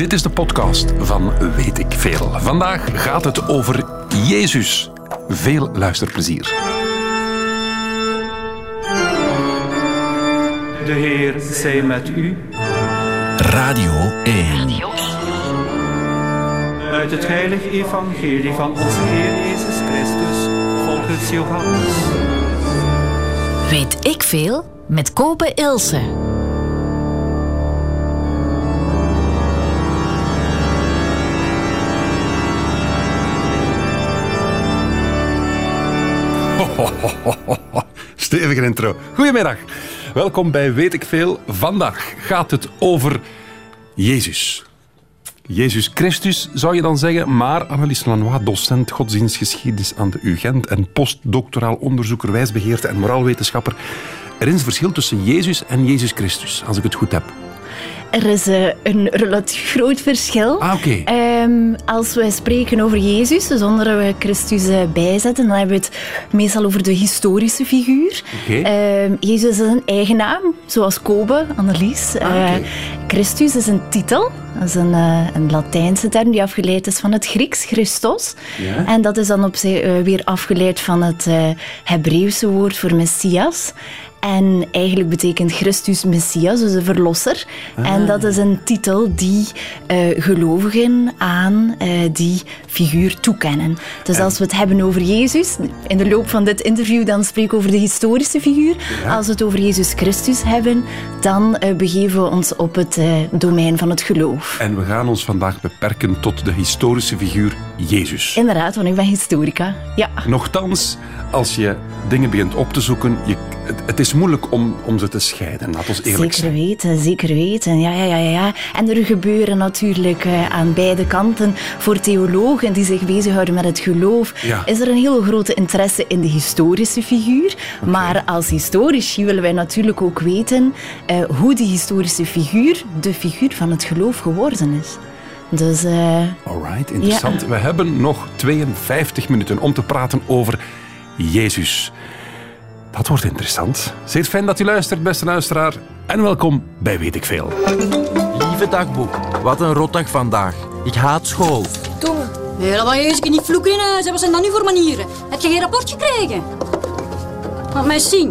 Dit is de podcast van Weet ik Veel. Vandaag gaat het over Jezus. Veel luisterplezier. De Heer zij met u. Radio 1. Uit het heilige evangelie van onze Heer Jezus Christus, volgens Johannes. Weet ik Veel met Kobe Ilse. Stevige intro. Goedemiddag. Welkom bij Weet ik Veel. Vandaag gaat het over Jezus. Jezus Christus, zou je dan zeggen, maar Annelies Lanois, docent godsdienstgeschiedenis aan de UGent en postdoctoraal onderzoeker, wijsbegeerte en moraalwetenschapper. Er is een verschil tussen Jezus en Jezus Christus, als ik het goed heb. Er is een relatief groot verschil. Oké. Als wij spreken over Jezus, zonder we Christus bijzetten, dan hebben we het meestal over de historische figuur. Okay. Jezus is een eigen naam, zoals Kobe, Annelies. Christus is een titel. Dat is een Latijnse term die afgeleid is van het Grieks, Christos. Ja. En dat is dan weer afgeleid van het Hebreeuwse woord voor Messias. En eigenlijk betekent Christus Messias, dus de verlosser. En dat is een titel die gelovigen aan die figuur toekennen. Dus als we het hebben over Jezus, in de loop van dit interview, dan spreken we over de historische figuur. Ja. Als we het over Jezus Christus hebben, dan begeven we ons op het domein van het geloof. En we gaan ons vandaag beperken tot de historische figuur Jezus. Inderdaad, want ik ben historica. Ja. Nochtans, als je dingen begint op te zoeken, het is moeilijk om ze te scheiden, laat ons eerlijk zijn. Zeker weten. Ja. En er gebeuren natuurlijk aan beide kanten, voor theologen die zich bezighouden met het geloof, is er een hele grote interesse in de historische figuur. Okay. Maar als historici willen wij natuurlijk ook weten hoe die historische figuur de figuur van het geloof geworden is. Dus, alright, interessant. Ja. We hebben nog 52 minuten om te praten over Jezus. Dat wordt interessant. Zeer fijn dat u luistert, beste luisteraar. En welkom bij Weet ik Veel. Lieve dagboek, wat een rotdag vandaag. Ik haat school. Tongen. Nee, dat was je niet vloeken in huis. Wat zijn dat nu voor manieren? Heb je geen rapport gekregen? Laat mij zien.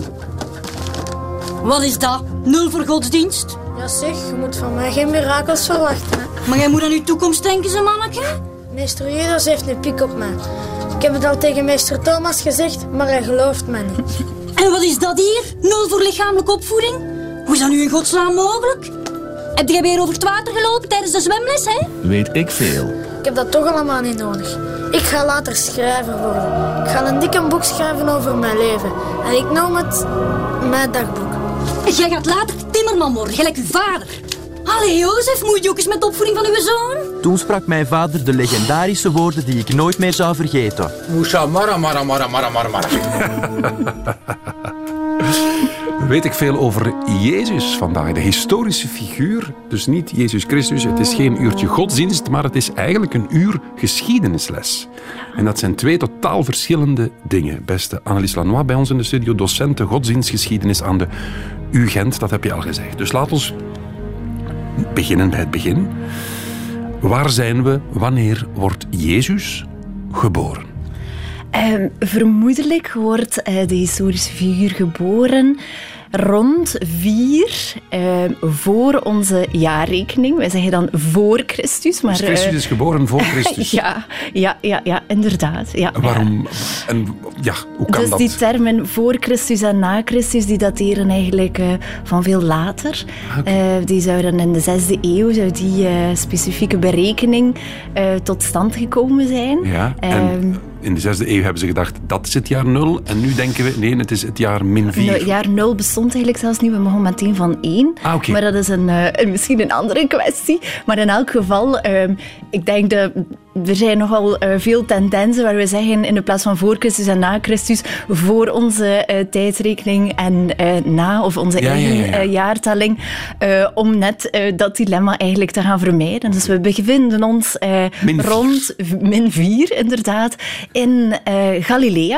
Wat is dat? 0 voor godsdienst? Ja zeg, je moet van mij geen mirakels verwachten. Hè? Maar jij moet aan je toekomst denken, zo manneke. Meester Judas heeft een pik op mij. Ik heb het al tegen meester Thomas gezegd, maar hij gelooft mij niet. En wat is dat hier? 0 voor lichamelijke opvoeding? Hoe is dat nu in godsnaam mogelijk? Heb jij weer over het water gelopen tijdens de zwemles, hè? Weet ik veel. Ik heb dat toch allemaal niet nodig. Ik ga later schrijver worden. Ik ga een dikke boek schrijven over mijn leven. En ik noem het mijn dagboek. Jij gaat later timmerman worden, gelijk uw vader. Allee, Jozef, moet je ook eens met de opvoeding van uw zoon? Toen sprak mijn vader de legendarische woorden die ik nooit meer zou vergeten. Moesha mara. Weet ik veel over Jezus vandaag, de historische figuur. Dus niet Jezus Christus, het is geen uurtje godsdienst, maar het is eigenlijk een uur geschiedenisles. En dat zijn 2 totaal verschillende dingen. Beste Annelies Lanois bij ons in de studio, docent godsdienstgeschiedenis aan de UGent, dat heb je al gezegd. Dus laat ons beginnen bij het begin. Waar zijn we? Wanneer wordt Jezus geboren? Vermoedelijk wordt de historische figuur geboren rond 4 voor onze jaarrekening. Wij zeggen dan voor Christus. Maar, dus Christus is geboren voor Christus? Ja, inderdaad. Ja. Waarom? En hoe kan dus dat? Die termen voor Christus en na Christus, die dateren eigenlijk van veel later. Okay. Die zouden in de 6e eeuw, zou die specifieke berekening tot stand gekomen zijn. Ja, en in de 6e eeuw hebben ze gedacht, dat is het jaar 0. En nu denken we, nee, het is het jaar -4. Het jaar 0 bestond eigenlijk zelfs niet. We mogen meteen van 1. Okay. Maar dat is misschien een andere kwestie. Maar in elk geval, ik denk dat er zijn nogal veel tendensen waar we zeggen in de plaats van voor Christus en na Christus, voor onze tijdsrekening en na, of onze eigen jaartelling, om net dat dilemma eigenlijk te gaan vermijden. Dus we bevinden ons rond -4, inderdaad, in Galilea.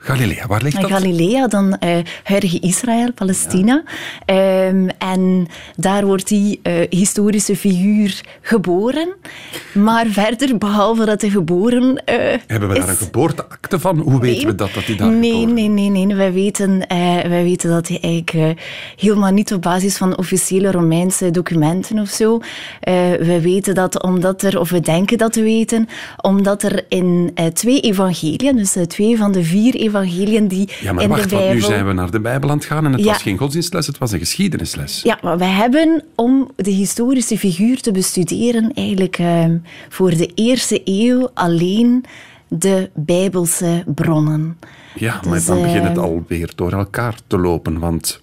Galilea, waar ligt dat? Galilea, dan huidige Israël, Palestina. Ja. En daar wordt die historische figuur geboren. Maar verder, behalve dat hij geboren hebben we daar een geboorteakte van? Hoe weten we dat hij daar geboren is? Nee. Wij weten dat hij eigenlijk helemaal niet op basis van officiële Romeinse documenten of zo. We weten dat we denken dat we weten, omdat er in 2 evangeliën, dus 2 van de 4 evangeliën die in de Bijbel... Want nu zijn we naar de Bijbel aan het gaan en het was geen godsdienstles, het was een geschiedenisles. Ja, maar wij hebben, om de historische figuur te bestuderen, eigenlijk voor de 1e eeuw alleen de Bijbelse bronnen. Ja, maar dan begint het alweer door elkaar te lopen, want...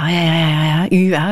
Ja.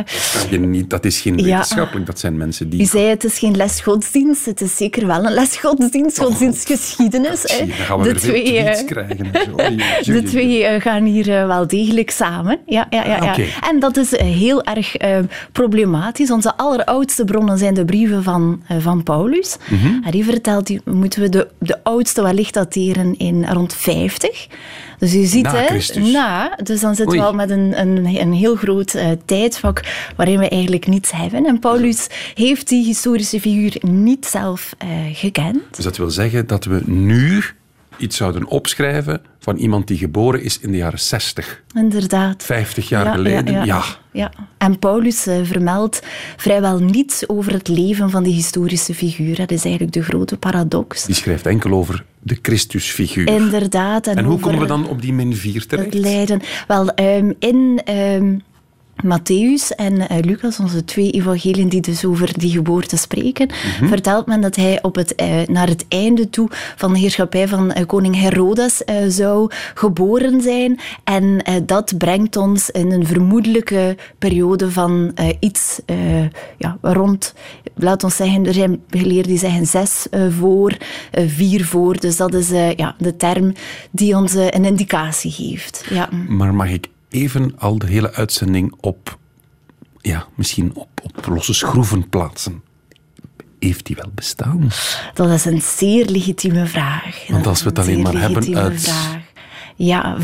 Dat is geen wetenschappelijk, dat zijn mensen die... U zei het is geen les godsdienst, het is zeker wel een les godsdienst, godsdienstgeschiedenis. Dan gaan we tweets krijgen. De twee gaan hier wel degelijk samen. Ja. Okay. En dat is heel erg problematisch. Onze alleroudste bronnen zijn de brieven van Paulus. Mm-hmm. En die vertelt, moeten we de oudste wellicht dateren in rond 50. Dus u ziet, dus dan zitten we al met een heel groot tijdvak waarin we eigenlijk niets hebben. En Paulus heeft die historische figuur niet zelf gekend. Dus dat wil zeggen dat we nu iets zouden opschrijven van iemand die geboren is in de jaren 60. Inderdaad. 50 jaar geleden, Ja. En Paulus vermeldt vrijwel niets over het leven van die historische figuur. Dat is eigenlijk de grote paradox. Die schrijft enkel over de Christusfiguur. Inderdaad. En hoe komen we dan op die min 4 terecht? Het lijden. Wel, in Matthäus en Lucas, onze 2 evangeliën die dus over die geboorte spreken, vertelt men dat hij naar het einde toe van de heerschappij van koning Herodes zou geboren zijn. En dat brengt ons in een vermoedelijke periode van iets rond, laat ons zeggen, er zijn geleerden die zeggen 6 voor, 4 voor. Dus dat is de term die ons een indicatie geeft. Ja. Maar mag ik even al de hele uitzending misschien op losse schroeven plaatsen? Heeft die wel bestaan? Dat is een zeer legitieme vraag. Want als we het alleen maar hebben uit... Ja,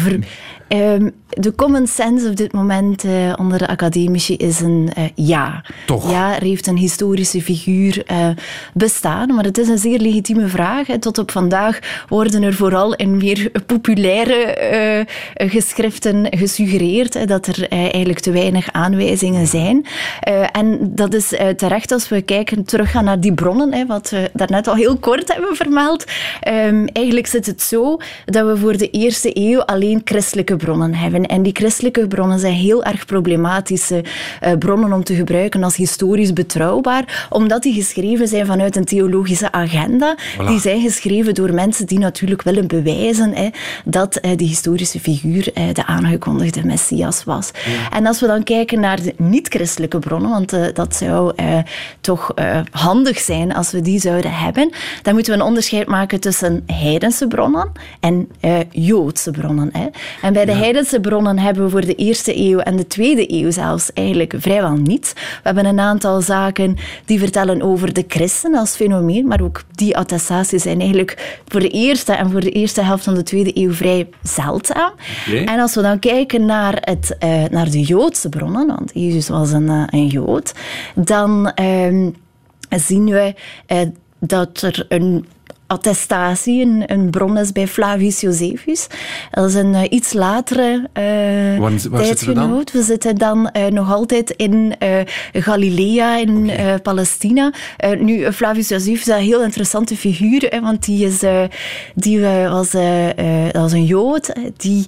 de common sense op dit moment onder de academici is een ja. Toch? Ja, er heeft een historische figuur bestaan, maar het is een zeer legitieme vraag. Tot op vandaag worden er vooral in meer populaire geschriften gesuggereerd dat er eigenlijk te weinig aanwijzingen zijn. En dat is terecht als we teruggaan naar die bronnen, wat we daarnet al heel kort hebben vermeld. Eigenlijk zit het zo dat we voor de 1e eeuw alleen christelijke bronnen hebben. En die christelijke bronnen zijn heel erg problematische bronnen om te gebruiken als historisch betrouwbaar, omdat die geschreven zijn vanuit een theologische agenda. Voilà. Die zijn geschreven door mensen die natuurlijk willen bewijzen dat die historische figuur de aangekondigde Messias was. Ja. En als we dan kijken naar de niet-christelijke bronnen, want dat zou toch handig zijn als we die zouden hebben, dan moeten we een onderscheid maken tussen heidense bronnen en Joodse bronnen. En bij de heidense bronnen hebben we voor de 1e eeuw en de 2e eeuw zelfs eigenlijk vrijwel niets. We hebben een aantal zaken die vertellen over de christen als fenomeen, maar ook die attestaties zijn eigenlijk voor de eerste en voor de eerste helft van de 2e eeuw vrij zeldzaam. Okay. En als we dan kijken naar de Joodse bronnen, want Jezus was een Jood, dan zien we dat er een attestatie, een bron is bij Flavius Josephus. Dat is een iets latere tijdgenoot. We zitten dan nog altijd in Galilea, in Palestina. Nu, Flavius Josephus is een heel interessante figuur, want die was een Jood die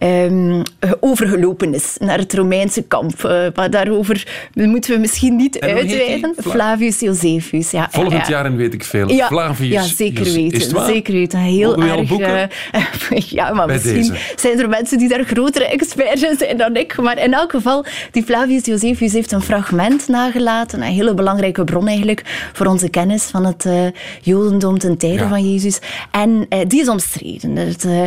overgelopen is naar het Romeinse kamp. Maar daarover moeten we misschien niet uitweiden. Flavius Josephus. Ja, volgend jaar en weet ik veel. Ja, Flavius ja, zeker. Zeker weten. Heel erg. Ja, maar bij misschien zijn er mensen die daar grotere experts in zijn dan ik. Maar in elk geval, die Flavius Josephus heeft een fragment nagelaten. Een hele belangrijke bron eigenlijk voor onze kennis van het Jodendom ten tijde van Jezus. En die is omstreden.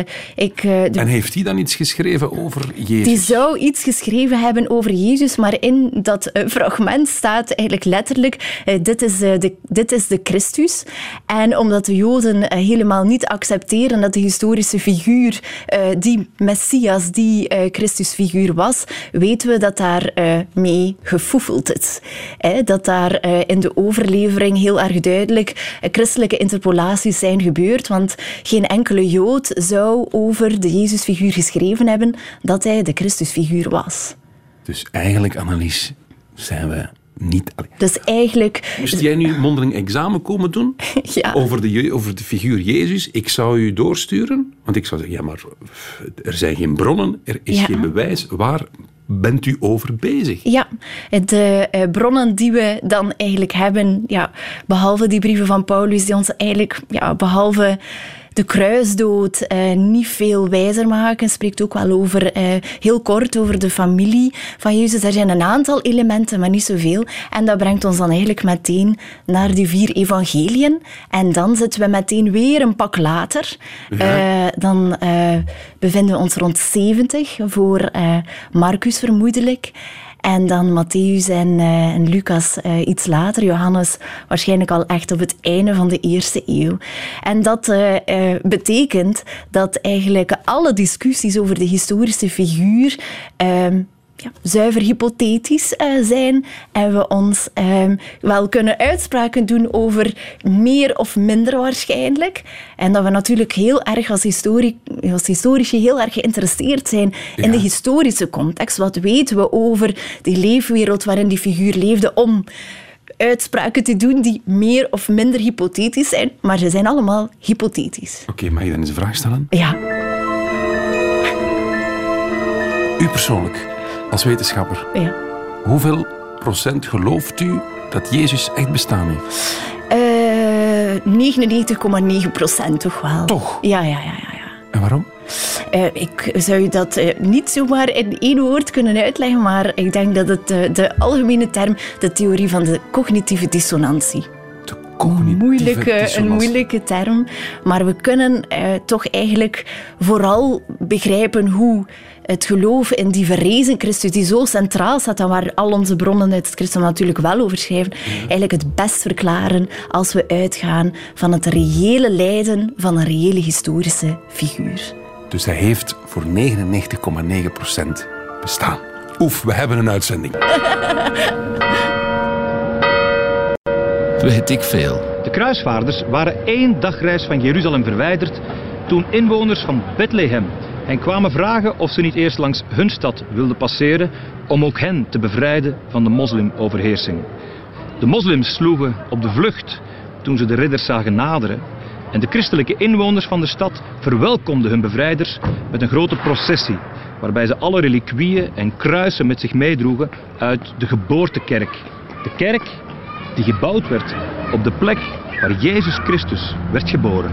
En heeft hij dan iets geschreven over Jezus? Die zou iets geschreven hebben over Jezus, maar in dat fragment staat eigenlijk letterlijk dit is de Christus. En omdat de Joden Joden helemaal niet accepteren dat de historische figuur, die Messias, die Christusfiguur was, weten we dat daar mee gefoefeld is. Dat daar in de overlevering heel erg duidelijk christelijke interpolaties zijn gebeurd, want geen enkele Jood zou over de Jezusfiguur geschreven hebben dat hij de Christusfiguur was. Dus eigenlijk, Annelies, zijn we niet... Dus eigenlijk... Moest jij nu mondeling examen komen doen? Ja. Over de figuur Jezus? Ik zou u doorsturen? Want ik zou zeggen, ja, maar er zijn geen bronnen, er is geen bewijs. Waar bent u over bezig? Ja, de bronnen die we dan eigenlijk hebben, behalve die brieven van Paulus, die ons eigenlijk, behalve de kruisdood niet veel wijzer maken, spreekt ook wel over, heel kort over de familie van Jezus. Er zijn een aantal elementen, maar niet zoveel. En dat brengt ons dan eigenlijk meteen naar die 4 evangeliën. En dan zitten we meteen weer een pak later. Ja. Dan bevinden we ons rond 70 voor Marcus vermoedelijk. En dan Matthäus en Lucas iets later. Johannes waarschijnlijk al echt op het einde van de 1e eeuw. En dat betekent dat eigenlijk alle discussies over de historische figuur zuiver hypothetisch zijn en we ons wel kunnen uitspraken doen over meer of minder waarschijnlijk. En dat we natuurlijk heel erg als historici heel erg geïnteresseerd zijn in de historische context. Wat weten we over die leefwereld waarin die figuur leefde om uitspraken te doen die meer of minder hypothetisch zijn, maar ze zijn allemaal hypothetisch. Oké, mag je dan eens een vraag stellen? Ja. U persoonlijk, als wetenschapper, hoeveel procent gelooft u dat Jezus echt bestaan heeft? 99,9% toch wel. Toch? Ja. En waarom? Ik zou dat niet zomaar in 1 woord kunnen uitleggen, maar ik denk dat het de algemene term, de theorie van de cognitieve dissonantie. Een moeilijke term, maar we kunnen toch eigenlijk vooral begrijpen hoe het geloof in die verrezen Christus, die zo centraal staat en waar al onze bronnen uit het christendom natuurlijk wel over schrijven, eigenlijk het best verklaren als we uitgaan van het reële lijden van een reële historische figuur. Dus hij heeft voor 99,9% bestaan. Oef, we hebben een uitzending. Weet ik veel. De kruisvaarders waren 1 dagreis van Jeruzalem verwijderd toen inwoners van Bethlehem hen kwamen vragen of ze niet eerst langs hun stad wilden passeren om ook hen te bevrijden van de moslimoverheersing. De moslims sloegen op de vlucht toen ze de ridders zagen naderen en de christelijke inwoners van de stad verwelkomden hun bevrijders met een grote processie waarbij ze alle reliquieën en kruisen met zich meedroegen uit de geboortekerk. De kerk die gebouwd werd op de plek waar Jezus Christus werd geboren.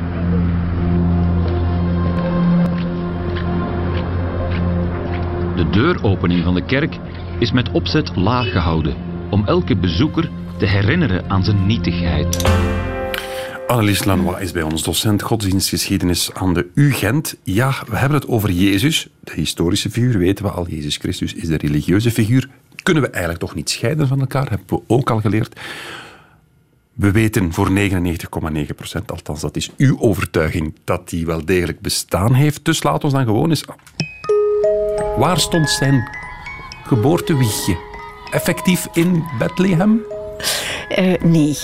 De deuropening van de kerk is met opzet laag gehouden, om elke bezoeker te herinneren aan zijn nietigheid. Annelies Lanois is bij ons docent godsdienstgeschiedenis aan de UGent. Ja, we hebben het over Jezus, de historische figuur, weten we al. Jezus Christus is de religieuze figuur. Kunnen we eigenlijk toch niet scheiden van elkaar, hebben we ook al geleerd. We weten voor 99,9%, althans dat is uw overtuiging, dat die wel degelijk bestaan heeft. Dus laat ons dan gewoon eens... Waar stond zijn geboortewiegje? Effectief in Bethlehem? Nee.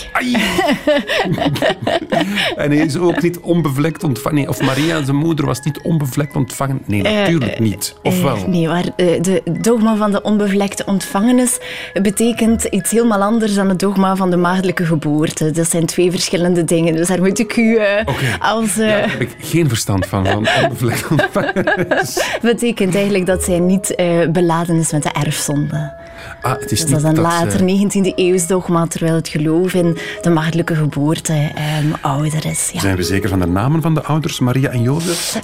En hij is ook niet onbevlekt ontvangen. Nee, of Maria, zijn moeder, was niet onbevlekt ontvangen. Nee, natuurlijk niet. Of wel? Nee, maar de dogma van de onbevlekte ontvangenis betekent iets helemaal anders dan het dogma van de maagdelijke geboorte. Dat zijn 2 verschillende dingen. Dus daar moet ik u als... Daar heb ik geen verstand van onbevlekt ontvangenis. Betekent eigenlijk dat zij niet beladen is met de erfzonde. Het is dus dat is een later 19e eeuws dogma, terwijl het geloof in de maagdelijke geboorte ouder is. Ja. Zijn we zeker van de namen van de ouders, Maria en Jozef?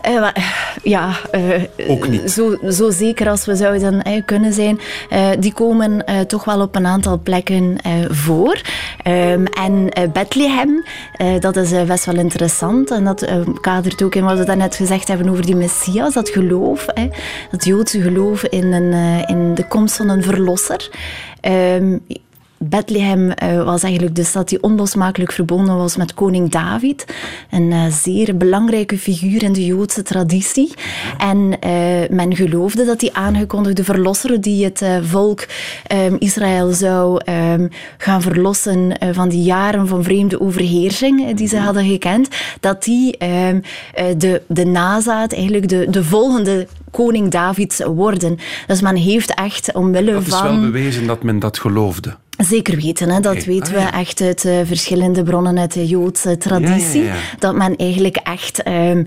Ook niet. Zo zeker als we zouden kunnen zijn. Die komen toch wel op een aantal plekken voor. En Bethlehem, dat is best wel interessant. En dat kadert ook in wat we daarnet gezegd hebben over die Messias, dat geloof, dat Joodse geloof in de komst van een verlosser. Bethlehem was eigenlijk de stad die onlosmakelijk verbonden was met koning David. Een zeer belangrijke figuur in de Joodse traditie. En men geloofde dat die aangekondigde verlosser die het volk Israël zou gaan verlossen van die jaren van vreemde overheersing die ze hadden gekend, dat die de nazaat, eigenlijk de volgende koning David zou worden. Dus men heeft echt omwille van... Dat is wel bewezen dat men dat geloofde. Zeker weten, hè. Dat weten we echt uit verschillende bronnen uit de Joodse traditie. Ja. Dat men eigenlijk echt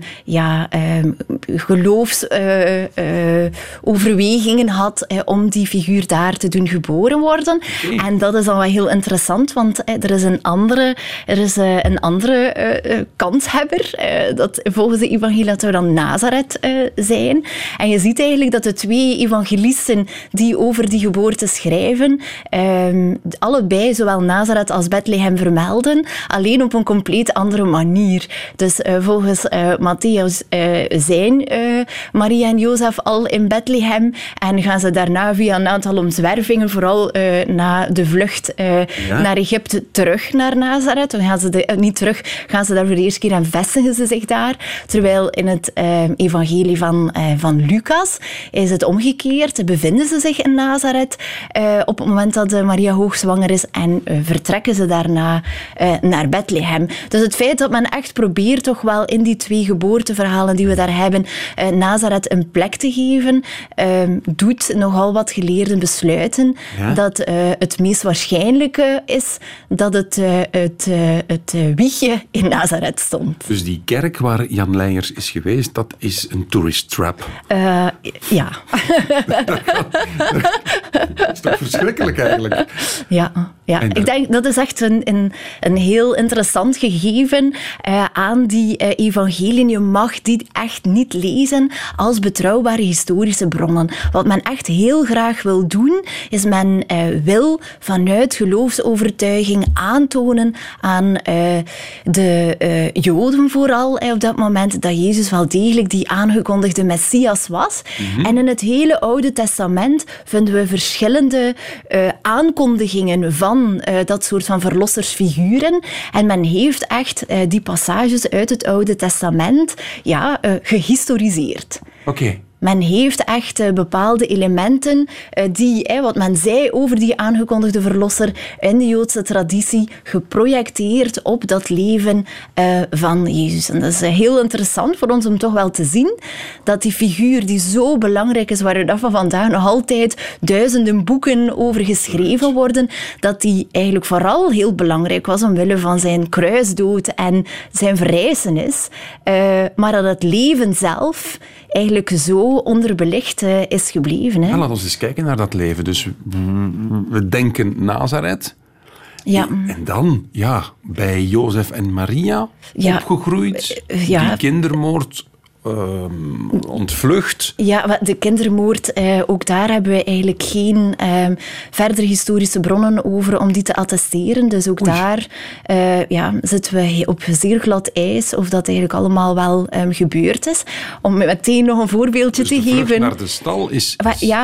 geloofsoverwegingen had om die figuur daar te doen geboren worden. Okay. En dat is dan wel heel interessant, want er is een andere kanshebber. Dat volgens de evangelie dat zou dan Nazareth zijn. En je ziet eigenlijk dat de twee evangelisten die over die geboorte schrijven, allebei zowel Nazareth als Bethlehem vermelden, alleen op een compleet andere manier. Dus volgens Mattheüs zijn Maria en Jozef al in Bethlehem en gaan ze daarna via een aantal omzwervingen, vooral na de vlucht naar Egypte, terug naar Nazareth. Dan gaan ze niet terug, gaan ze daar voor de eerste keer en vestigen ze zich daar. Terwijl in het evangelie van Lucas is het omgekeerd. Bevinden ze zich in Nazareth op het moment dat Maria hoogzwanger is en vertrekken ze daarna naar Bethlehem. Dus het feit dat men echt probeert toch wel in die twee geboorteverhalen die we daar hebben, Nazareth een plek te geven, doet nogal wat geleerden besluiten dat het meest waarschijnlijke is dat het wiegje in Nazareth stond. Dus die kerk waar Jan Leijers is geweest, dat is een tourist trap? Ja. Dat is toch verschrikkelijk eigenlijk? Ja. Ik denk dat is echt een heel interessant gegeven aan die evangeliën. Je mag die echt niet lezen als betrouwbare historische bronnen. Wat men echt heel graag wil doen, is men wil vanuit geloofsovertuiging aantonen aan de Joden vooral op dat moment dat Jezus wel degelijk die aangekondigde Messias was. Mm-hmm. En in het hele Oude Testament vinden we verschillende aankondigingen van dat soort van verlossersfiguren. En men heeft echt die passages uit het Oude Testament gehistoriseerd. Oké. Men heeft echt bepaalde elementen die, wat men zei over die aangekondigde verlosser in de Joodse traditie, geprojecteerd op dat leven van Jezus. En dat is heel interessant voor ons om toch wel te zien dat die figuur die zo belangrijk is, waar er van vandaag nog altijd duizenden boeken over geschreven worden, dat die eigenlijk vooral heel belangrijk was omwille van zijn kruisdood en zijn verrijzenis. Maar dat het leven zelf eigenlijk zo onderbelicht is gebleven. Hè. Ja, laten we eens kijken naar dat leven. Dus we denken Nazareth. Ja. En dan, bij Jozef en Maria opgegroeid. Die kindermoord ontvlucht. Ja, de kindermoord, ook daar hebben we eigenlijk geen verdere historische bronnen over om die te attesteren. Dus ook daar zitten we op zeer glad ijs of dat eigenlijk allemaal wel gebeurd is. Om meteen nog een voorbeeldje te geven. Vlucht naar de stal is...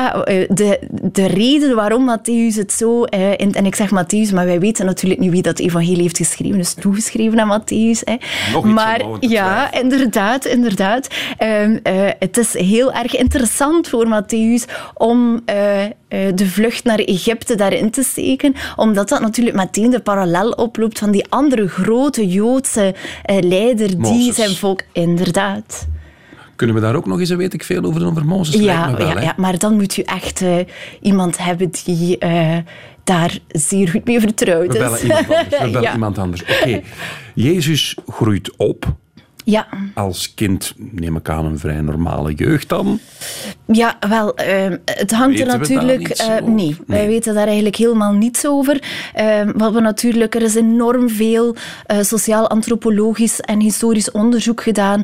De reden waarom Mattheüs het zo... en ik zeg Mattheüs, maar wij weten natuurlijk niet wie dat evangelie heeft geschreven. Dus toegeschreven aan Mattheüs. Nog iets maar ja, inderdaad. Het is heel erg interessant voor Mattheüs om de vlucht naar Egypte daarin te steken, omdat dat natuurlijk meteen de parallel oploopt van die andere grote Joodse leider Mozes. Die zijn volk... Inderdaad. Kunnen we daar ook nog eens, weet ik veel, over Mozes? Ja, maar dan moet je echt iemand hebben die daar zeer goed mee vertrouwd is. We bellen iemand anders. Oké. Jezus groeit op. Ja. Als kind neem ik aan een vrij normale jeugd dan. Ja, wel, het hangt er natuurlijk... Nee, wij weten daar eigenlijk helemaal niets over. Wat we natuurlijk, er is enorm veel sociaal-antropologisch en historisch onderzoek gedaan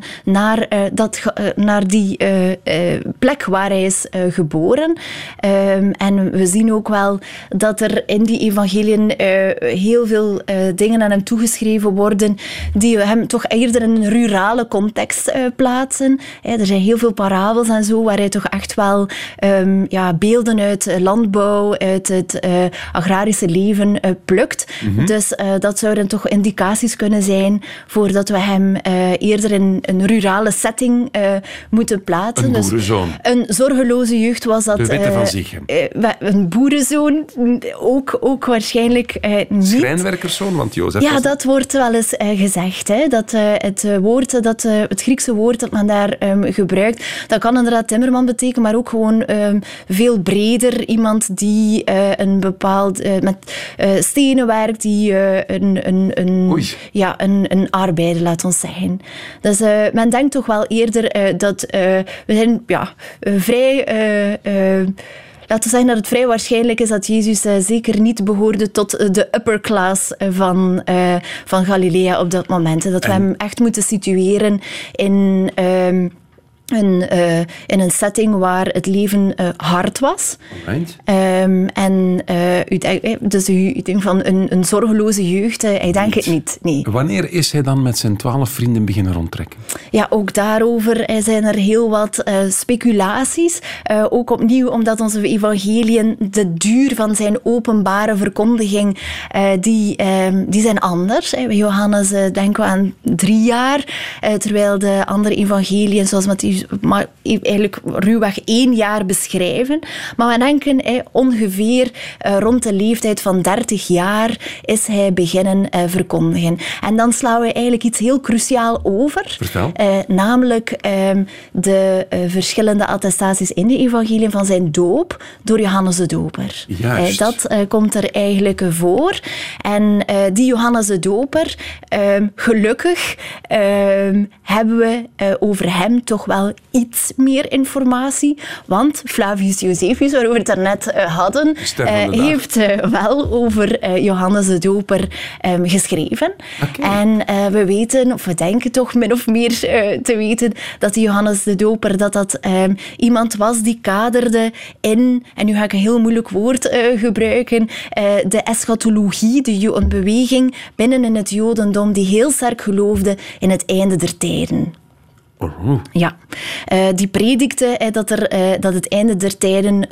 naar die plek waar hij is geboren. En we zien ook wel dat er in die evangeliën heel veel dingen aan hem toegeschreven worden die hem toch eerder in een rurale context plaatsen. Er zijn heel veel parabels en zo waar hij toch echt wel beelden uit landbouw, uit het agrarische leven plukt. Dus dat zouden toch indicaties kunnen zijn voordat we hem eerder in een rurale setting moeten plaatsen. Een boerenzoon. Dus een zorgeloze jeugd was dat. De Witte van Zichem. Een boerenzoon ook waarschijnlijk niet. Schrijnwerkerszoon, want Jozef... Ja, dat wordt wel eens gezegd. Hè? Dat het Griekse woord dat men daar gebruikt, dat kan inderdaad timmerman betekenen, maar ook gewoon veel breder. Iemand die een bepaald... met stenen werkt, die een arbeider, laat ons zeggen. Dus men denkt toch wel eerder dat we zijn vrij... Laten we zeggen dat het vrij waarschijnlijk is dat Jezus zeker niet behoorde tot de upper class van Galilea op dat moment. Dat we hem echt moeten situeren in een setting waar het leven hard was. Dus u denkt van een zorgeloze jeugd, ik denk het niet. Nee. Wanneer is hij dan met zijn 12 vrienden beginnen rondtrekken? Ja, ook daarover zijn er heel wat speculaties. Ook opnieuw omdat onze evangeliën, de duur van zijn openbare verkondiging, die zijn anders. Bij Johannes denken we aan 3 jaar, terwijl de andere evangeliën, zoals Mattheüs, maar eigenlijk ruwweg 1 jaar beschrijven. Maar we denken ongeveer rond de leeftijd van 30 jaar is hij beginnen verkondigen. En dan slaan we eigenlijk iets heel cruciaal over. Vertel. Namelijk de verschillende attestaties in de evangeliën van zijn doop door Johannes de Doper. Juist. Dat komt er eigenlijk voor. En die Johannes de Doper, gelukkig hebben we over hem toch wel iets meer informatie. Want Flavius Josephus, waarover we het daarnet hadden, heeft wel over Johannes de Doper geschreven. Okay. En we weten, of we denken toch min of meer te weten, dat die Johannes de Doper dat iemand was die kaderde in, en nu ga ik een heel moeilijk woord gebruiken, de eschatologie, een beweging binnen in het Jodendom die heel sterk geloofde in het einde der tijden. Ja, die predikte dat het einde der tijden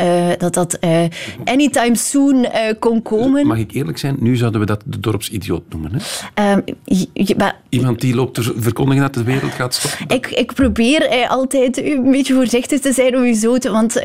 anytime soon kon komen. Mag ik eerlijk zijn? Nu zouden we dat de dorpsidioot noemen. Hè? Iemand die loopt te verkondigen dat de wereld gaat stoppen. Ik probeer altijd een beetje voorzichtig te zijn om u zo te... Want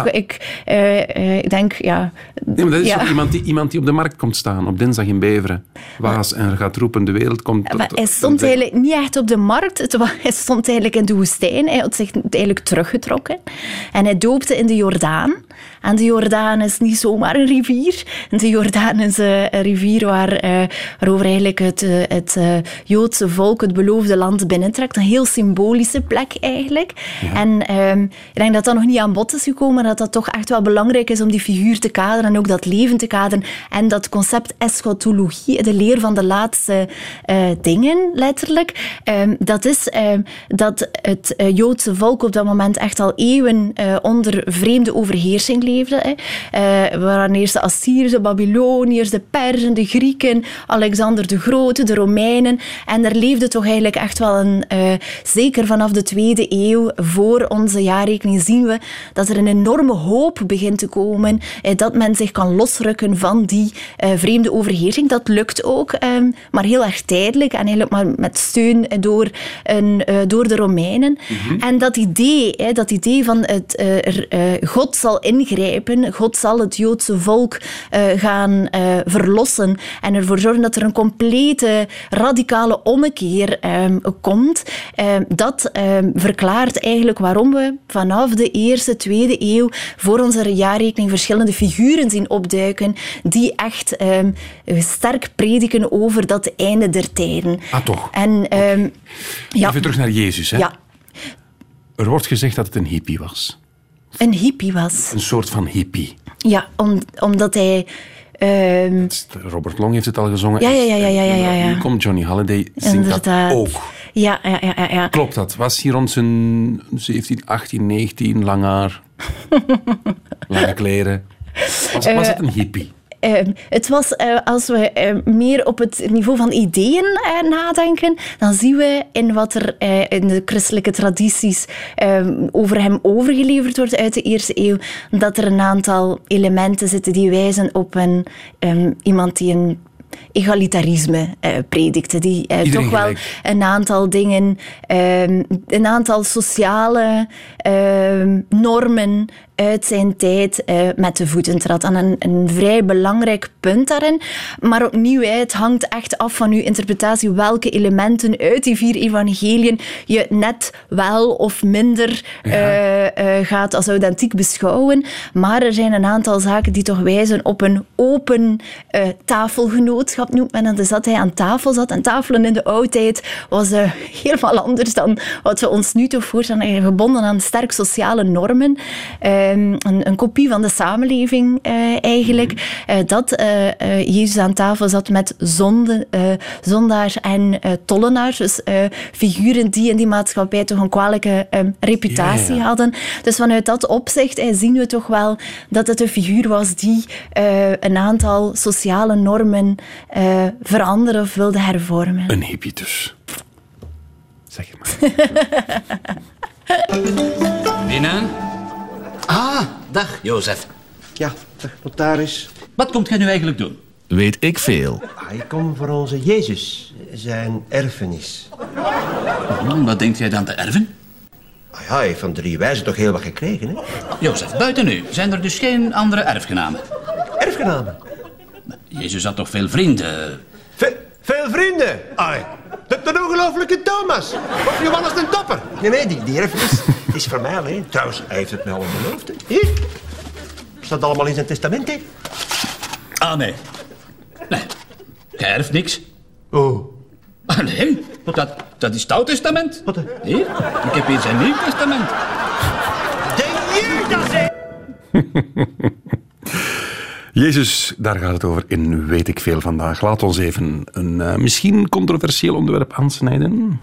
ik denk, ja... Nee, maar dat is toch iemand die op de markt komt staan, op dinsdag in Beveren. Waas en gaat roepen, de wereld komt... Hij stond eigenlijk niet echt op de markt. Hij stond eigenlijk in de woestijn. Hij had zich eigenlijk teruggetrokken. En hij doopte in de Jordaan. En de Jordaan is niet zomaar een rivier. De Jordaan is een rivier waarover eigenlijk het Joodse volk het beloofde land binnentrekt. Een heel symbolische plek eigenlijk. Ja. En ik denk dat dat nog niet aan bod is gekomen. Dat dat toch echt wel belangrijk is om die figuur te kaderen en ook dat leven te kaderen. En dat concept eschatologie, de leer van de laatste dingen, letterlijk. Dat is dat het Joodse volk op dat moment echt al eeuwen onder vreemde overheersing leefde. We waren eerst de Assyriërs, de Babyloniërs, de Perzen, de Grieken, Alexander de Grote, de Romeinen. En er leefde toch eigenlijk echt wel zeker vanaf de 2e eeuw voor onze jaarrekening zien we dat er een enorme hoop begint te komen, dat men zich kan losrukken van die vreemde overheersing. Dat lukt ook, maar heel erg tijdelijk en eigenlijk maar met steun door de Romeinen. Mm-hmm. En dat idee van God zal ingrijpen, God zal het Joodse volk gaan verlossen en ervoor zorgen dat er een complete radicale ommekeer komt. Dat verklaart eigenlijk waarom we vanaf de 1e, 2e eeuw voor onze jaarrekening verschillende figuren zien opduiken die echt sterk prediken over dat einde der tijden. Ah, toch? En, Even terug naar Jezus. Hè? Ja. Er wordt gezegd dat het een hippie was. Een hippie was? Een soort van hippie. Ja, omdat hij... Robert Long heeft het al gezongen. Ja. Nu komt Johnny Halliday, zingt inderdaad. Dat ook. Ja. Klopt dat? Was hij rond zijn 17, 18, 19, lang haar, lange kleren? Was het een hippie? het was, als we meer op het niveau van ideeën nadenken, dan zien we in wat er in de christelijke tradities over hem overgeleverd wordt uit de eerste eeuw, dat er een aantal elementen zitten die wijzen op iemand die een egalitarisme predikte, die toch wel gelijk een aantal dingen, een aantal sociale normen uit zijn tijd met de voeten trad. En een vrij belangrijk punt daarin. Maar opnieuw, het hangt echt af van uw interpretatie welke elementen uit die 4 evangeliën je net wel of minder gaat als authentiek beschouwen. Maar er zijn een aantal zaken die toch wijzen op een open tafelgenootschap, noemt men dat. Dus dat hij aan tafel zat. En tafelen in de oudheid was helemaal anders dan wat we ons nu toch voorstellen. Gebonden aan sterk sociale normen. Een kopie van de samenleving eigenlijk. Dat Jezus aan tafel zat met zondaars en tollenaars. Dus figuren die in die maatschappij toch een kwalijke reputatie hadden. Dus vanuit dat opzicht zien we toch wel dat het een figuur was die een aantal sociale normen veranderen of wilde hervormen. Een hippie dus. Zeg het maar. Binnen. Ah, dag Jozef. Ja, dag notaris. Wat komt jij nu eigenlijk doen? Weet ik veel. Ik kom voor onze Jezus, zijn erfenis. Wat denkt jij dan te erven? Hij heeft van 3 wijzen toch heel wat gekregen, hè? Jozef, buiten u zijn er dus geen andere erfgenamen? Erfgenamen? Jezus had toch veel vrienden? Veel vrienden? De ongelofelijke Thomas. Of Johannes de Topper. Nee, die erfenis is voor mij alleen. Trouwens, hij heeft het mij al beloofd. Hier. Staat allemaal in zijn testament, hè? Ah, nee. Nee, jij erft niks. Oh. Ah, nee, dat is het Oude Testament. Wat? Hier, ik heb hier zijn Nieuw Testament. De Judas, hè? Jezus, daar gaat het over in Weet ik veel vandaag. Laat ons even een misschien controversieel onderwerp aansnijden.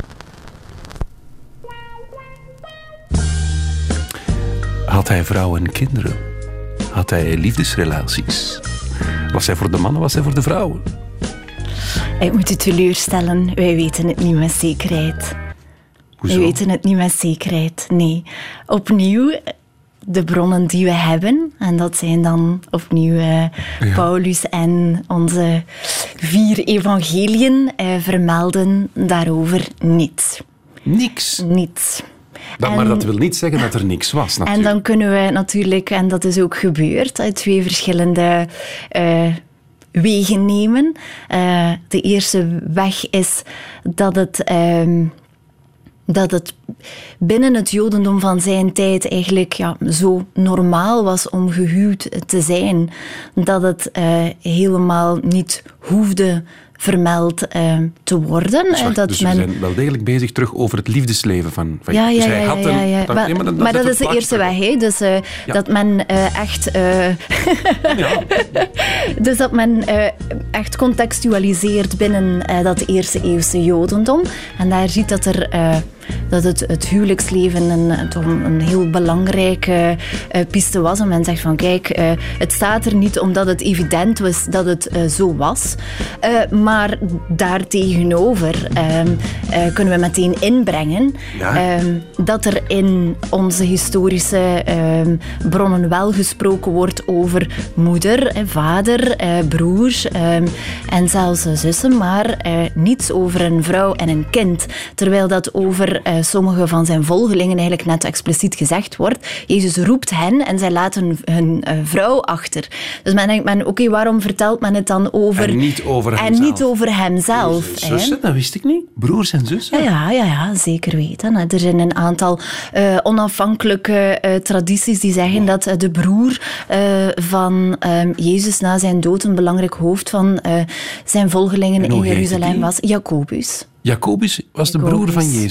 Had hij vrouwen en kinderen? Had hij liefdesrelaties? Was hij voor de mannen, was hij voor de vrouwen? Ik moet u teleurstellen, wij weten het niet met zekerheid. Hoezo? Wij weten het niet met zekerheid, nee. Opnieuw, de bronnen die we hebben, en dat zijn dan opnieuw Paulus en onze 4 evangeliën, vermelden daarover niets. Niks? Niets. Maar dat wil niet zeggen dat er niks was, natuurlijk. En dan kunnen we natuurlijk, en dat is ook gebeurd, 2 verschillende wegen nemen. De eerste weg is dat het binnen het jodendom van zijn tijd eigenlijk zo normaal was om gehuwd te zijn, dat het helemaal niet hoefde vermeld te worden. Dus we zijn wel degelijk bezig terug over het liefdesleven van ja. Dus hij had Maar dat is de eerste weg, hè? Dus dat men echt... Dus dat men echt contextualiseert binnen dat eerste eeuwse jodendom. En daar ziet dat het huwelijksleven toch een heel belangrijke piste was. En men zegt van, kijk, het staat er niet omdat het evident was dat het zo was. Maar daartegenover kunnen we meteen inbrengen dat er in onze historische bronnen wel gesproken wordt over moeder, vader, broers en zelfs zussen, maar niets over een vrouw en een kind. Terwijl dat over sommige van zijn volgelingen eigenlijk net expliciet gezegd wordt. Jezus roept hen en zij laten hun vrouw achter. Dus men denkt, oké, waarom vertelt men het dan over... En niet over hemzelf. En niet over hemzelf. Zussen, dat wist ik niet. Broers en zussen. Ja, zeker weten. Er zijn een aantal onafhankelijke tradities die zeggen dat de broer van Jezus na zijn dood een belangrijk hoofd van zijn volgelingen in Jeruzalem was. Jacobus. Jacobus was de broer van Jezus.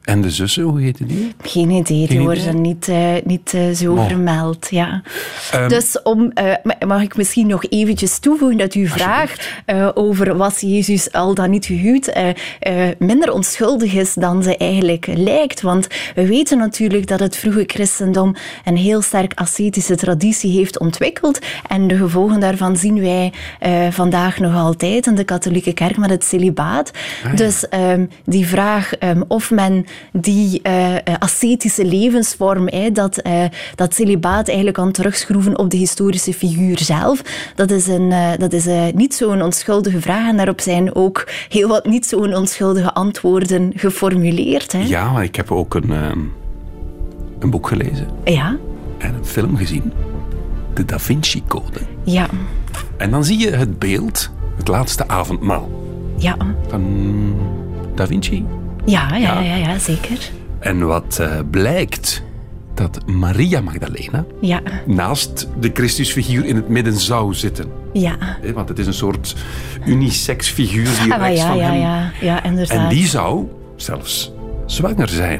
En de zussen, hoe heten die? Geen idee, die worden niet zo vermeld. Ja. Dus mag ik misschien nog eventjes toevoegen dat u vraagt over was Jezus al dan niet gehuwd minder onschuldig is dan ze eigenlijk lijkt. Want we weten natuurlijk dat het vroege christendom een heel sterk ascetische traditie heeft ontwikkeld. En de gevolgen daarvan zien wij vandaag nog altijd in de katholieke kerk met het celibaat. Dus die vraag of men die ascetische levensvorm, dat celibaat eigenlijk kan terugschroeven op de historische figuur zelf, dat is niet zo'n onschuldige vraag. En daarop zijn ook heel wat niet zo'n onschuldige antwoorden geformuleerd. Hè. Ja, maar ik heb ook een boek gelezen. Ja. En een film gezien. De Da Vinci Code. Ja. En dan zie je het beeld, het laatste avondmaal. Ja. Van Da Vinci. Ja, zeker. En wat blijkt, dat Maria Magdalena naast de Christusfiguur in het midden zou zitten. Ja. Want het is een soort unisex figuur die rechts van hem... Ja, inderdaad. En die zou zelfs zwanger zijn.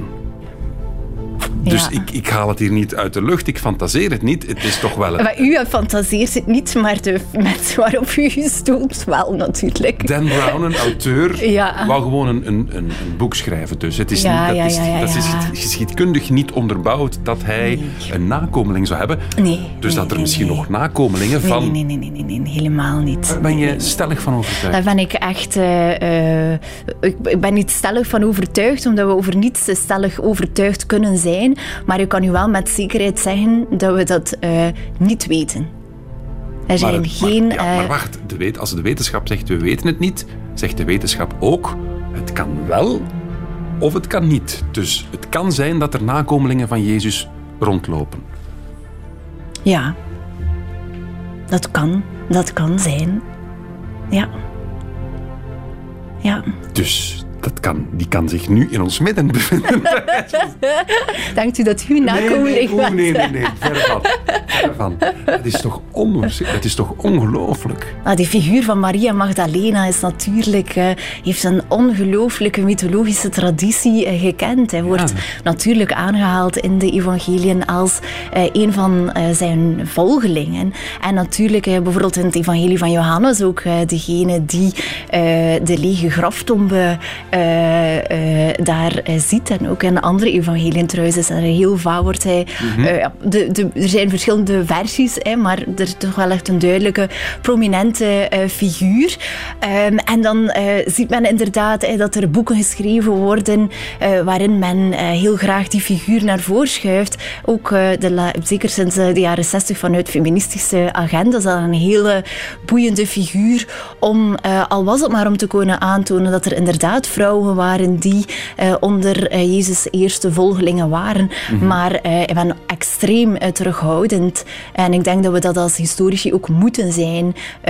Dus ik haal het hier niet uit de lucht, ik fantaseer het niet. Het is toch wel... Maar u fantaseert het niet, maar de mensen waarop u stoelt wel natuurlijk. Dan Brown, een auteur, wou gewoon een boek schrijven. Dus het is dat is geschiedkundig niet onderbouwd dat hij een nakomeling zou hebben. Dus dat er misschien nog nakomelingen van... Nee, helemaal niet. Ben je stellig van overtuigd? Daar ben ik echt... ik ben niet stellig van overtuigd, omdat we over niets stellig overtuigd kunnen zijn. Maar ik kan u wel met zekerheid zeggen dat we dat niet weten. Er zijn geen... Maar wacht, als de wetenschap zegt we weten het niet, zegt de wetenschap ook het kan wel of het kan niet. Dus het kan zijn dat er nakomelingen van Jezus rondlopen. Ja. Dat kan zijn. Ja. Ja. Dus... die kan zich nu in ons midden bevinden. Denkt u dat u nakomeling bent? Nee, verre van. Het is toch ongelooflijk? Die figuur van Maria Magdalena is natuurlijk, heeft een ongelooflijke mythologische traditie gekend. Hij wordt natuurlijk aangehaald in de evangeliën als een van zijn volgelingen. En natuurlijk bijvoorbeeld in het evangelie van Johannes ook degene die de lege graftombe daar ziet. En ook in andere evangeliën trouwens is er heel vaak wordt hij... er zijn verschillende versies, maar er is toch wel echt een duidelijke, prominente figuur. En dan ziet men inderdaad dat er boeken geschreven worden waarin men heel graag die figuur naar voren schuift. Ook zeker sinds de jaren 60 vanuit feministische agendas, dat een hele boeiende figuur om, al was het maar om te kunnen aantonen dat er inderdaad vrouwen waren die onder Jezus' eerste volgelingen waren. Maar ik ben extreem terughoudend. En ik denk dat we dat als historici ook moeten zijn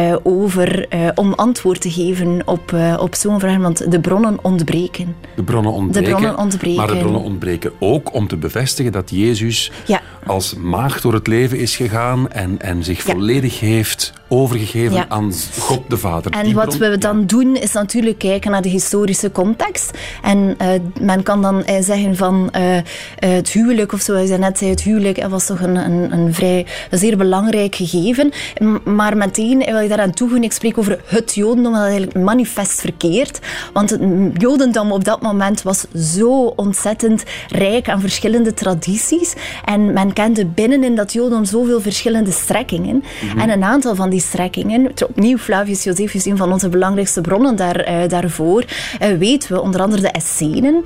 om antwoord te geven op zo'n vraag. Want de bronnen ontbreken. De bronnen ontbreken. Maar de bronnen ontbreken ook om te bevestigen dat Jezus als maagd door het leven is gegaan en zich volledig heeft overgegeven aan God de Vader. En wat we dan doen is natuurlijk kijken naar de historische context. En men kan dan zeggen van het huwelijk, of zoals je net zei, het huwelijk was toch een zeer belangrijk gegeven. Maar meteen wil ik daaraan toevoegen, ik spreek over het Jodendom, dat is eigenlijk manifest verkeerd. Want het Jodendom op dat moment was zo ontzettend rijk aan verschillende tradities. En men kende binnenin dat Jodendom zoveel verschillende strekkingen. En een aantal van die strekkingen, opnieuw Flavius Josephus, een van onze belangrijkste bronnen daarvoor, weten we, onder andere de Essenen,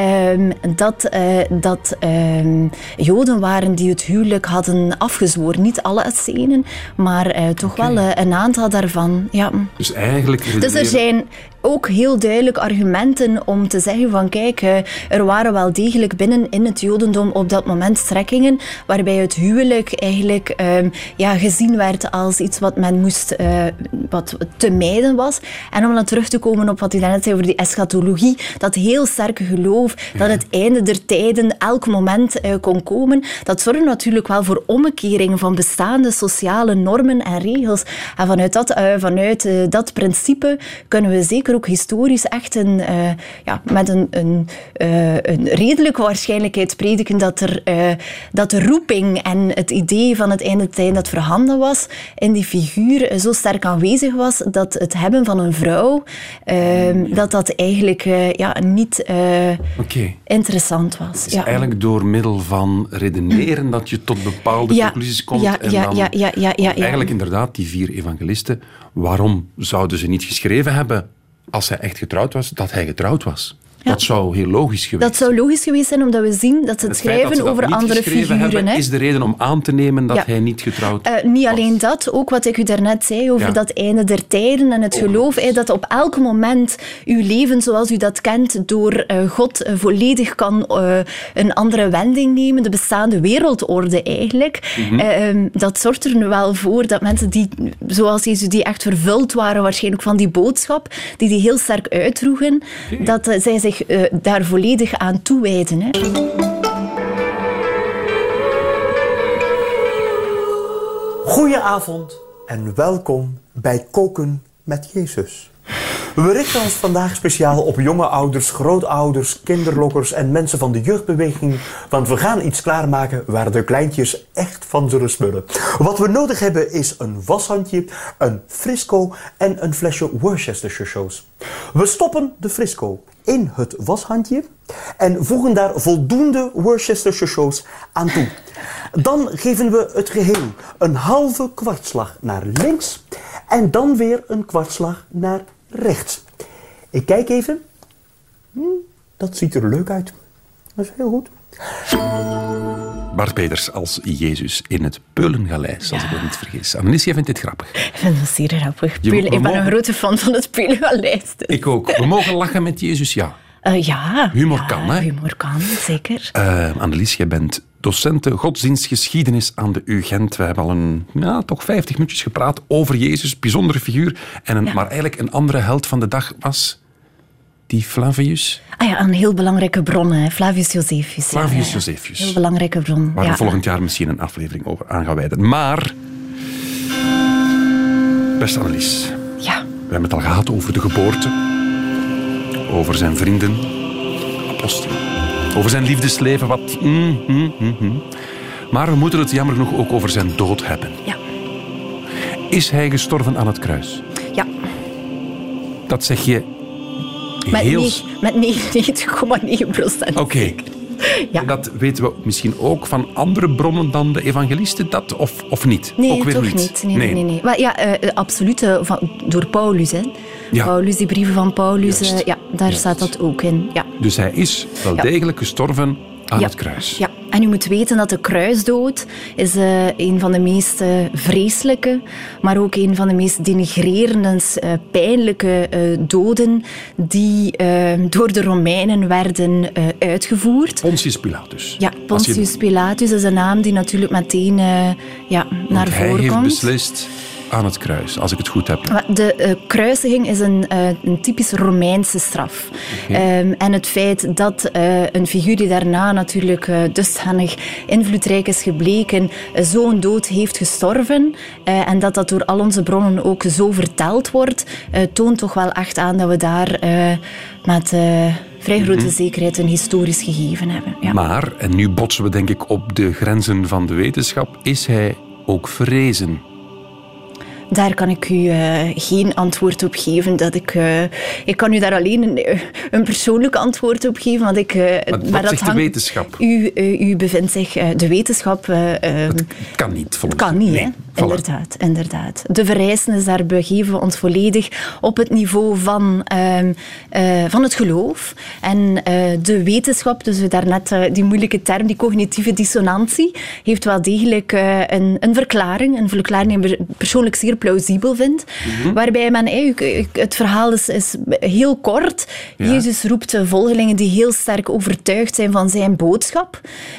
dat Joden waren die het huwelijk hadden afgezworen. Niet alle Essenen, maar toch wel een aantal daarvan. Ja. Dus eigenlijk... Dus er zijn ook heel duidelijk argumenten om te zeggen van kijk, er waren wel degelijk binnen in het Jodendom op dat moment strekkingen waarbij het huwelijk eigenlijk gezien werd als iets wat men moest, wat te mijden was. En om dan terug te komen op wat u net zei over die eschatologie, dat heel sterke geloof dat het einde der tijden elk moment kon komen, dat zorgt natuurlijk wel voor omkeringen van bestaande sociale normen en regels. En vanuit dat principe kunnen we zeker zeker ook historisch echt met een redelijke waarschijnlijkheid prediken dat de roeping en het idee van het einde tijd dat voorhanden was in die figuur zo sterk aanwezig was dat het hebben van een vrouw dat eigenlijk niet interessant was. Het is eigenlijk door middel van redeneren dat je tot bepaalde conclusies komt. Eigenlijk inderdaad, die 4 evangelisten, waarom zouden ze niet geschreven hebben, als hij echt getrouwd was, dat hij getrouwd was? Ja. Dat zou heel logisch geweest zijn. Dat zou logisch geweest zijn, omdat we zien dat ze het schrijven over andere figuren. Hebben, is de reden om aan te nemen dat hij niet getrouwd was. Niet alleen dat, ook wat ik u daarnet zei over dat einde der tijden en het geloof, dat op elk moment uw leven zoals u dat kent door God volledig kan een andere wending nemen, de bestaande wereldorde eigenlijk. Dat zorgt er nu wel voor dat mensen die, zoals Jezus, die echt vervuld waren waarschijnlijk van die boodschap, die heel sterk uitdroegen, dat zij zich daar volledig aan toewijden. Hè. Goedenavond en welkom bij Koken met Jezus. We richten ons vandaag speciaal op jonge ouders, grootouders, kinderlokkers en mensen van de jeugdbeweging, want we gaan iets klaarmaken waar de kleintjes echt van zullen smullen. Wat we nodig hebben is een washandje, een Frisco en een flesje Worcestershire sauce. We stoppen de Frisco in het washandje en voegen daar voldoende Worcestershire sauce aan toe. Dan geven we het geheel een halve kwartslag naar links en dan weer een kwartslag naar rechts. Ik kijk even. Dat ziet er leuk uit. Dat is heel goed. Bart Peters als Jezus in het Peulengaleis, als ik me niet vergis. Annelies, jij vindt dit grappig? Ik vind dat zeer grappig. Ik ben een grote fan van het Peulengaleis. Dus. Ik ook. We mogen lachen met Jezus, ja. Humor kan, hè? Humor kan, zeker. Annelies, jij bent docente godsdienstgeschiedenis aan de UGent. We hebben al toch 50 minuutjes gepraat over Jezus, bijzondere figuur. Maar eigenlijk een andere held van de dag was die Flavius. Een heel belangrijke bron, hè? Flavius Josephus. Josephus. Heel belangrijke bron. Waar we volgend jaar misschien een aflevering over aan gaan wijden. Maar, beste Annelies. Ja. We hebben het al gehad over de geboorte. Over zijn vrienden, apostelen. Over zijn liefdesleven, Maar we moeten het jammer genoeg ook over zijn dood hebben. Ja. Is hij gestorven aan het kruis? Ja. Dat zeg je met 99,9%. Oké. Ja. Dat weten we misschien ook van andere bronnen dan de evangelisten, of niet? Nee, ook weer toch niet. Nee. Maar absoluut, door Paulus, hè. Ja. Paulus, die brieven van Paulus, daar staat dat ook in. Ja. Dus hij is wel degelijk gestorven aan het kruis. Ja, en u moet weten dat de kruisdood is een van de meest vreselijke, maar ook een van de meest denigrerende, pijnlijke doden die door de Romeinen werden uitgevoerd. Pontius Pilatus. Ja, Pontius Pilatus is een naam die natuurlijk meteen naar voren komt. Hij heeft beslist aan het kruis, als ik het goed heb. De kruisiging is een typisch Romeinse straf. Okay. En het feit dat een figuur die daarna natuurlijk dusdanig invloedrijk is gebleken, zo'n dood heeft gestorven, en dat door al onze bronnen ook zo verteld wordt, toont toch wel echt aan dat we daar met vrij grote zekerheid een historisch gegeven hebben. Ja. Maar, en nu botsen we denk ik op de grenzen van de wetenschap, is hij ook verrezen? Daar kan ik u geen antwoord op geven. Ik kan u daar alleen een persoonlijk antwoord op geven. Want wat zegt de wetenschap? U bevindt zich... de wetenschap... het kan niet, volgens mij. Kan niet, nee. Inderdaad. De vereisten, daar begeven we ons volledig op het niveau van het geloof. En de wetenschap, dus daarnet die moeilijke term, die cognitieve dissonantie, heeft wel degelijk een verklaring die persoonlijk zeer plausibel vind. Waarbij het verhaal is heel kort. Ja. Jezus roept volgelingen die heel sterk overtuigd zijn van zijn boodschap.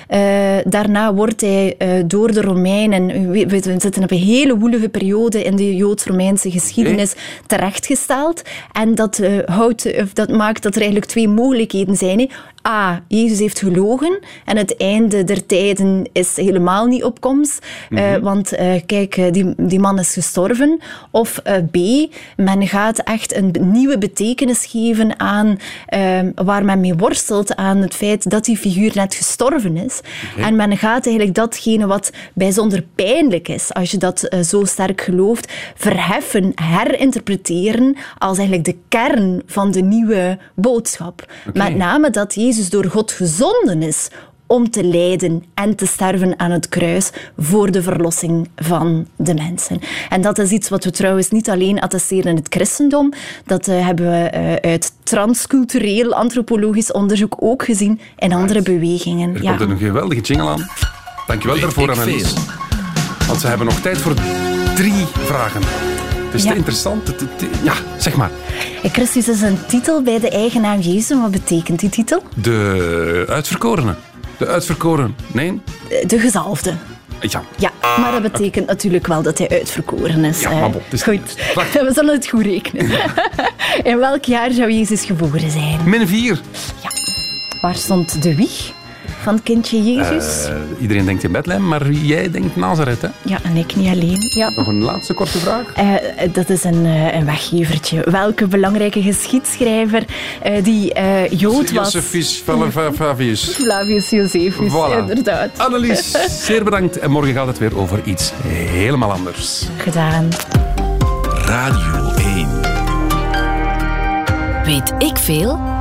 Daarna wordt hij door de Romeinen, we zitten op een hele woelige periode in de Joods-Romeinse geschiedenis, terechtgesteld. En dat maakt dat er eigenlijk twee mogelijkheden zijn. Jezus heeft gelogen en het einde der tijden is helemaal niet op komst. Want die man is gestorven. Of B, men gaat echt een nieuwe betekenis geven aan waar men mee worstelt, aan het feit dat die figuur net gestorven is. Okay. En men gaat eigenlijk datgene wat bijzonder pijnlijk is, als je dat zo sterk gelooft, verheffen, herinterpreteren als eigenlijk de kern van de nieuwe boodschap. Okay. Met name dat Jezus door God gezonden is om te lijden en te sterven aan het kruis voor de verlossing van de mensen. En dat is iets wat we trouwens niet alleen attesteren in het christendom. Dat hebben we uit transcultureel antropologisch onderzoek ook gezien in andere bewegingen. Er komt een geweldige jingle aan. Dankjewel daarvoor, Annelies. Want we hebben nog tijd voor 3 vragen. Het is te interessant. Ja, zeg maar. Christus is een titel bij de eigen naam Jezus. Wat betekent die titel? De uitverkorene. De uitverkoren, nee? De gezalfde. Ja, maar dat betekent natuurlijk wel dat hij uitverkoren is. Ja, maar bon, goed, we zullen het goed rekenen. In welk jaar zou Jezus geboren zijn? -4. Ja. Waar stond de wieg van het kindje Jezus? Iedereen denkt in Bethlehem, maar jij denkt Nazareth, hè? Ja, en ik niet alleen. Ja. Nog een laatste korte vraag? Dat is een weggevertje. Welke belangrijke geschiedschrijver die Jood was? Josephus Flavius. Flavius Josephus, voilà. Inderdaad. Annelies, zeer bedankt. En morgen gaat het weer over iets helemaal anders. Gedaan. Radio 1. Weet ik veel?